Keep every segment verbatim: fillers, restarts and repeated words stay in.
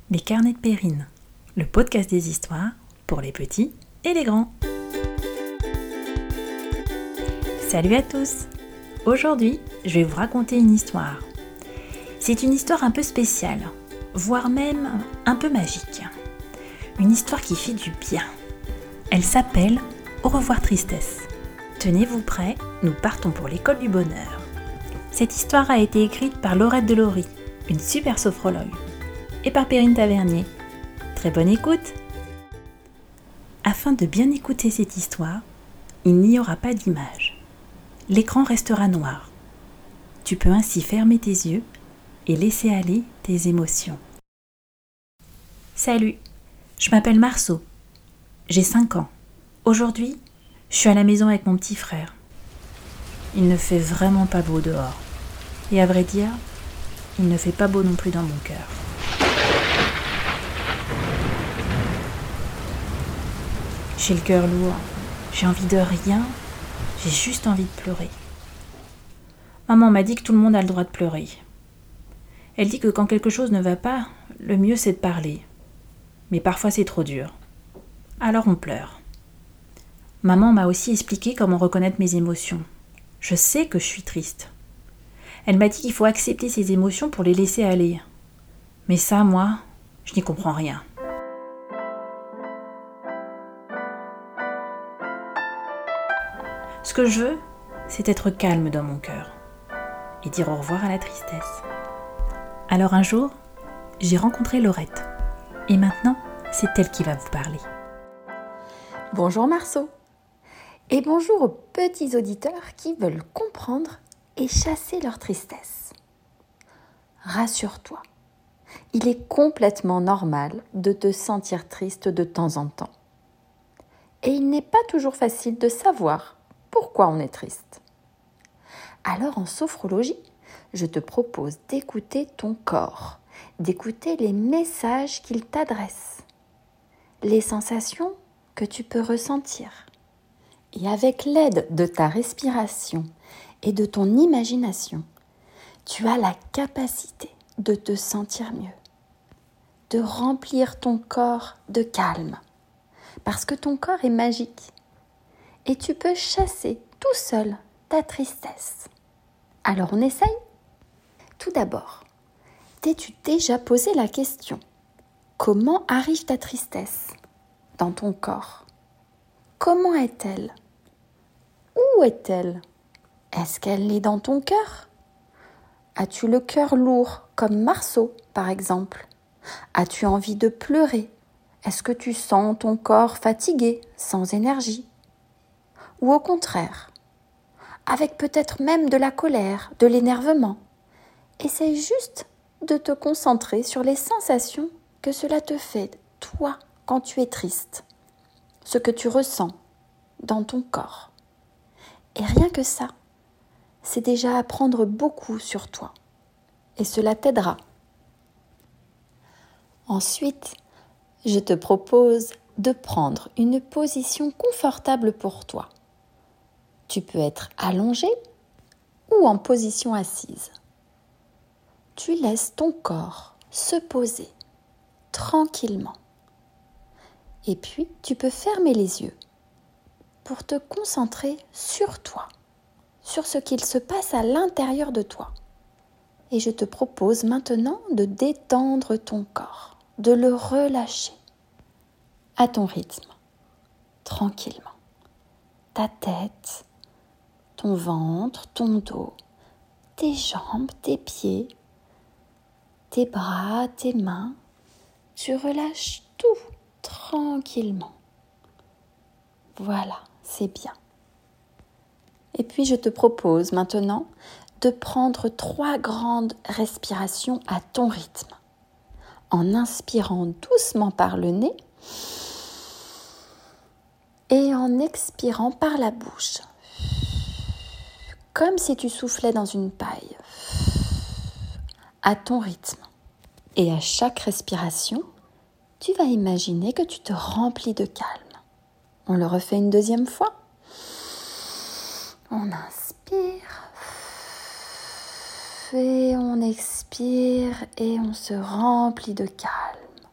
Les carnets de Perrine, le podcast des histoires pour les petits et les grands. Salut à tous! Aujourd'hui, je vais vous raconter une histoire. C'est une histoire un peu spéciale, voire même un peu magique. Une histoire qui fait du bien. Elle s'appelle « Au revoir tristesse ». Tenez-vous prêts, nous partons pour l'école du bonheur. Cette histoire a été écrite par Laurette Delory, une super sophrologue, et par Perrine Tavernier. Très bonne écoute! Afin de bien écouter cette histoire, il n'y aura pas d'image. L'écran restera noir. Tu peux ainsi fermer tes yeux et laisser aller tes émotions. Salut, je m'appelle Marceau. J'ai cinq ans. Aujourd'hui, je suis à la maison avec mon petit frère. Il ne fait vraiment pas beau dehors. Et à vrai dire, il ne fait pas beau non plus dans mon cœur. J'ai le cœur lourd, j'ai envie de rien, j'ai juste envie de pleurer. Maman m'a dit que tout le monde a le droit de pleurer. Elle dit que quand quelque chose ne va pas, le mieux c'est de parler. Mais parfois c'est trop dur. Alors on pleure. Maman m'a aussi expliqué comment reconnaître mes émotions. Je sais que je suis triste. Elle m'a dit qu'il faut accepter ses émotions pour les laisser aller. Mais ça, moi, je n'y comprends rien. Ce que je veux, c'est être calme dans mon cœur et dire au revoir à la tristesse. Alors un jour, j'ai rencontré Laurette. Et maintenant, c'est elle qui va vous parler. Bonjour Marceau. Et bonjour aux petits auditeurs qui veulent comprendre et chasser leur tristesse. Rassure-toi, il est complètement normal de te sentir triste de temps en temps. Et il n'est pas toujours facile de savoir pourquoi on est triste. Alors en sophrologie, je te propose d'écouter ton corps, d'écouter les messages qu'il t'adresse, les sensations que tu peux ressentir. Et avec l'aide de ta respiration et de ton imagination, tu as la capacité de te sentir mieux, de remplir ton corps de calme, parce que ton corps est magique. Et tu peux chasser tout seul ta tristesse. Alors on essaye ? Tout d'abord, t'es-tu déjà posé la question ? Comment arrive ta tristesse dans ton corps ? Comment est-elle ? Où est-elle ? Est-ce qu'elle est dans ton cœur ? As-tu le cœur lourd comme Marceau par exemple ? As-tu envie de pleurer ? Est-ce que tu sens ton corps fatigué, sans énergie ? Ou au contraire, avec peut-être même de la colère, de l'énervement. Essaye juste de te concentrer sur les sensations que cela te fait, toi, quand tu es triste. Ce que tu ressens dans ton corps. Et rien que ça, c'est déjà apprendre beaucoup sur toi. Et cela t'aidera. Ensuite, je te propose de prendre une position confortable pour toi. Tu peux être allongé ou en position assise. Tu laisses ton corps se poser tranquillement. Et puis, tu peux fermer les yeux pour te concentrer sur toi, sur ce qu'il se passe à l'intérieur de toi. Et je te propose maintenant de détendre ton corps, de le relâcher à ton rythme, tranquillement. Ta tête, ton ventre, ton dos, tes jambes, tes pieds, tes bras, tes mains. Tu relâches tout tranquillement. Voilà, c'est bien. Et puis je te propose maintenant de prendre trois grandes respirations à ton rythme. En inspirant doucement par le nez et en expirant par la bouche. Comme si tu soufflais dans une paille, à ton rythme. Et à chaque respiration, tu vas imaginer que tu te remplis de calme. On le refait une deuxième fois. On inspire et on expire et on se remplit de calme.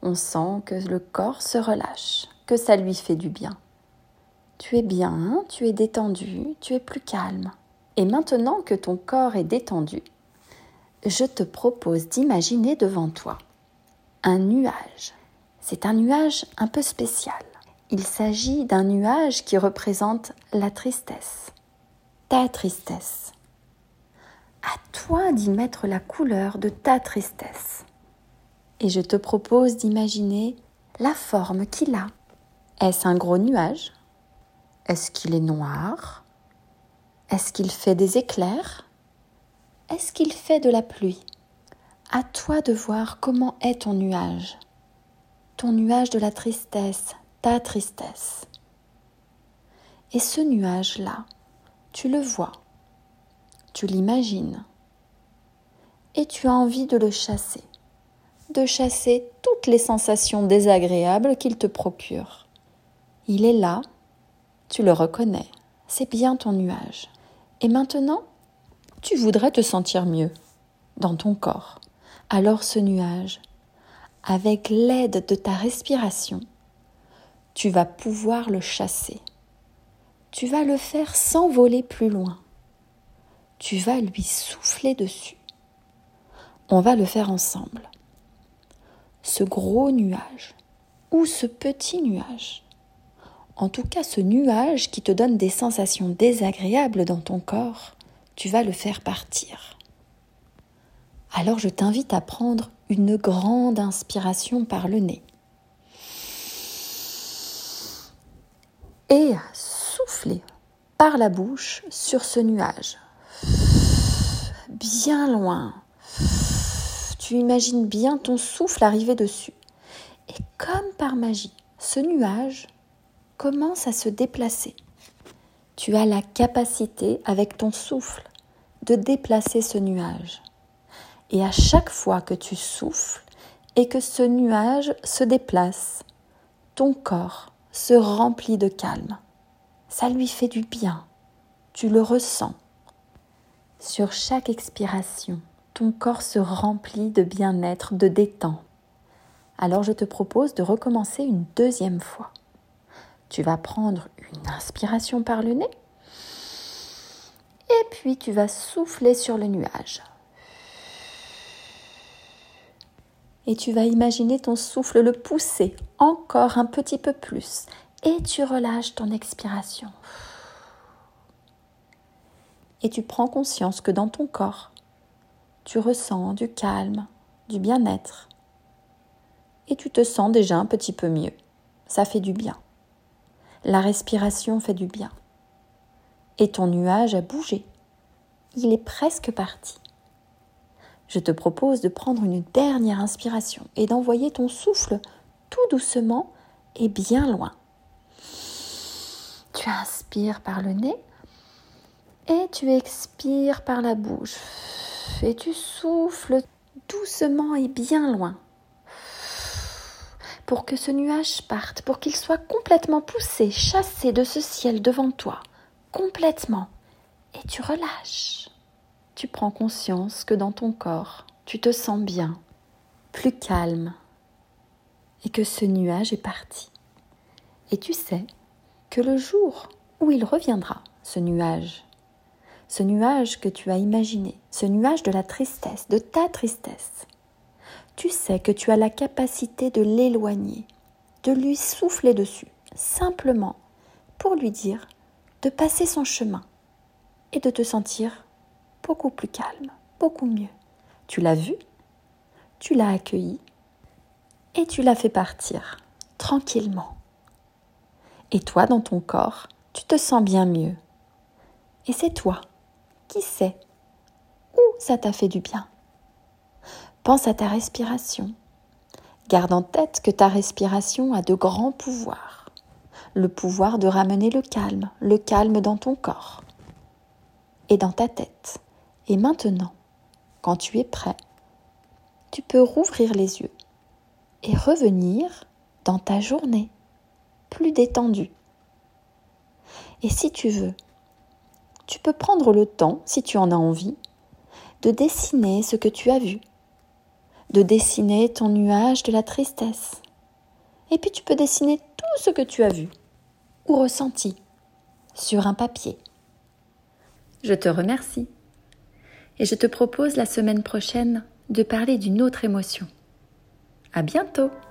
On sent que le corps se relâche, que ça lui fait du bien. Tu es bien, tu es détendu, tu es plus calme. Et maintenant que ton corps est détendu, je te propose d'imaginer devant toi un nuage. C'est un nuage un peu spécial. Il s'agit d'un nuage qui représente la tristesse, ta tristesse. À toi d'y mettre la couleur de ta tristesse. Et je te propose d'imaginer la forme qu'il a. Est-ce un gros nuage ? Est-ce qu'il est noir ? Est-ce qu'il fait des éclairs ? Est-ce qu'il fait de la pluie ? À toi de voir comment est ton nuage. Ton nuage de la tristesse, ta tristesse. Et ce nuage-là, tu le vois, tu l'imagines et tu as envie de le chasser, de chasser toutes les sensations désagréables qu'il te procure. Il est là, tu le reconnais, c'est bien ton nuage. Et maintenant, tu voudrais te sentir mieux dans ton corps. Alors ce nuage, avec l'aide de ta respiration, tu vas pouvoir le chasser. Tu vas le faire s'envoler plus loin. Tu vas lui souffler dessus. On va le faire ensemble. Ce gros nuage ou ce petit nuage, en tout cas ce nuage qui te donne des sensations désagréables dans ton corps, tu vas le faire partir. Alors je t'invite à prendre une grande inspiration par le nez et à souffler par la bouche sur ce nuage. Bien loin. Tu imagines bien ton souffle arriver dessus. Et comme par magie, ce nuage commence à se déplacer. Tu as la capacité, avec ton souffle, de déplacer ce nuage. Et à chaque fois que tu souffles et que ce nuage se déplace, ton corps se remplit de calme. Ça lui fait du bien. Tu le ressens. Sur chaque expiration, ton corps se remplit de bien-être, de détente. Alors je te propose de recommencer une deuxième fois. Tu vas prendre une inspiration par le nez et puis tu vas souffler sur le nuage. Et tu vas imaginer ton souffle le pousser encore un petit peu plus et tu relâches ton expiration. Et tu prends conscience que dans ton corps, tu ressens du calme, du bien-être. Et tu te sens déjà un petit peu mieux. Ça fait du bien. La respiration fait du bien. Et ton nuage a bougé. Il est presque parti. Je te propose de prendre une dernière inspiration et d'envoyer ton souffle tout doucement et bien loin. Tu inspires par le nez et tu expires par la bouche. Et tu souffles doucement et bien loin pour que ce nuage parte, pour qu'il soit complètement poussé, chassé de ce ciel devant toi, complètement. Et tu relâches. Tu prends conscience que dans ton corps, tu te sens bien, plus calme, et que ce nuage est parti. Et tu sais que le jour où il reviendra, ce nuage, ce nuage que tu as imaginé, ce nuage de la tristesse, de ta tristesse, tu sais que tu as la capacité de l'éloigner, de lui souffler dessus, simplement pour lui dire de passer son chemin et de te sentir beaucoup plus calme, beaucoup mieux. Tu l'as vu, tu l'as accueilli et tu l'as fait partir tranquillement. Et toi, dans ton corps, tu te sens bien mieux. Et c'est toi qui sais où ça t'a fait du bien. Pense à ta respiration. Garde en tête que ta respiration a de grands pouvoirs. Le pouvoir de ramener le calme, le calme dans ton corps et dans ta tête. Et maintenant, quand tu es prêt, tu peux rouvrir les yeux et revenir dans ta journée, plus détendue. Et si tu veux, tu peux prendre le temps, si tu en as envie, de dessiner ce que tu as vu, de dessiner ton nuage de la tristesse. Et puis tu peux dessiner tout ce que tu as vu ou ressenti sur un papier. Je te remercie et je te propose la semaine prochaine de parler d'une autre émotion. À bientôt!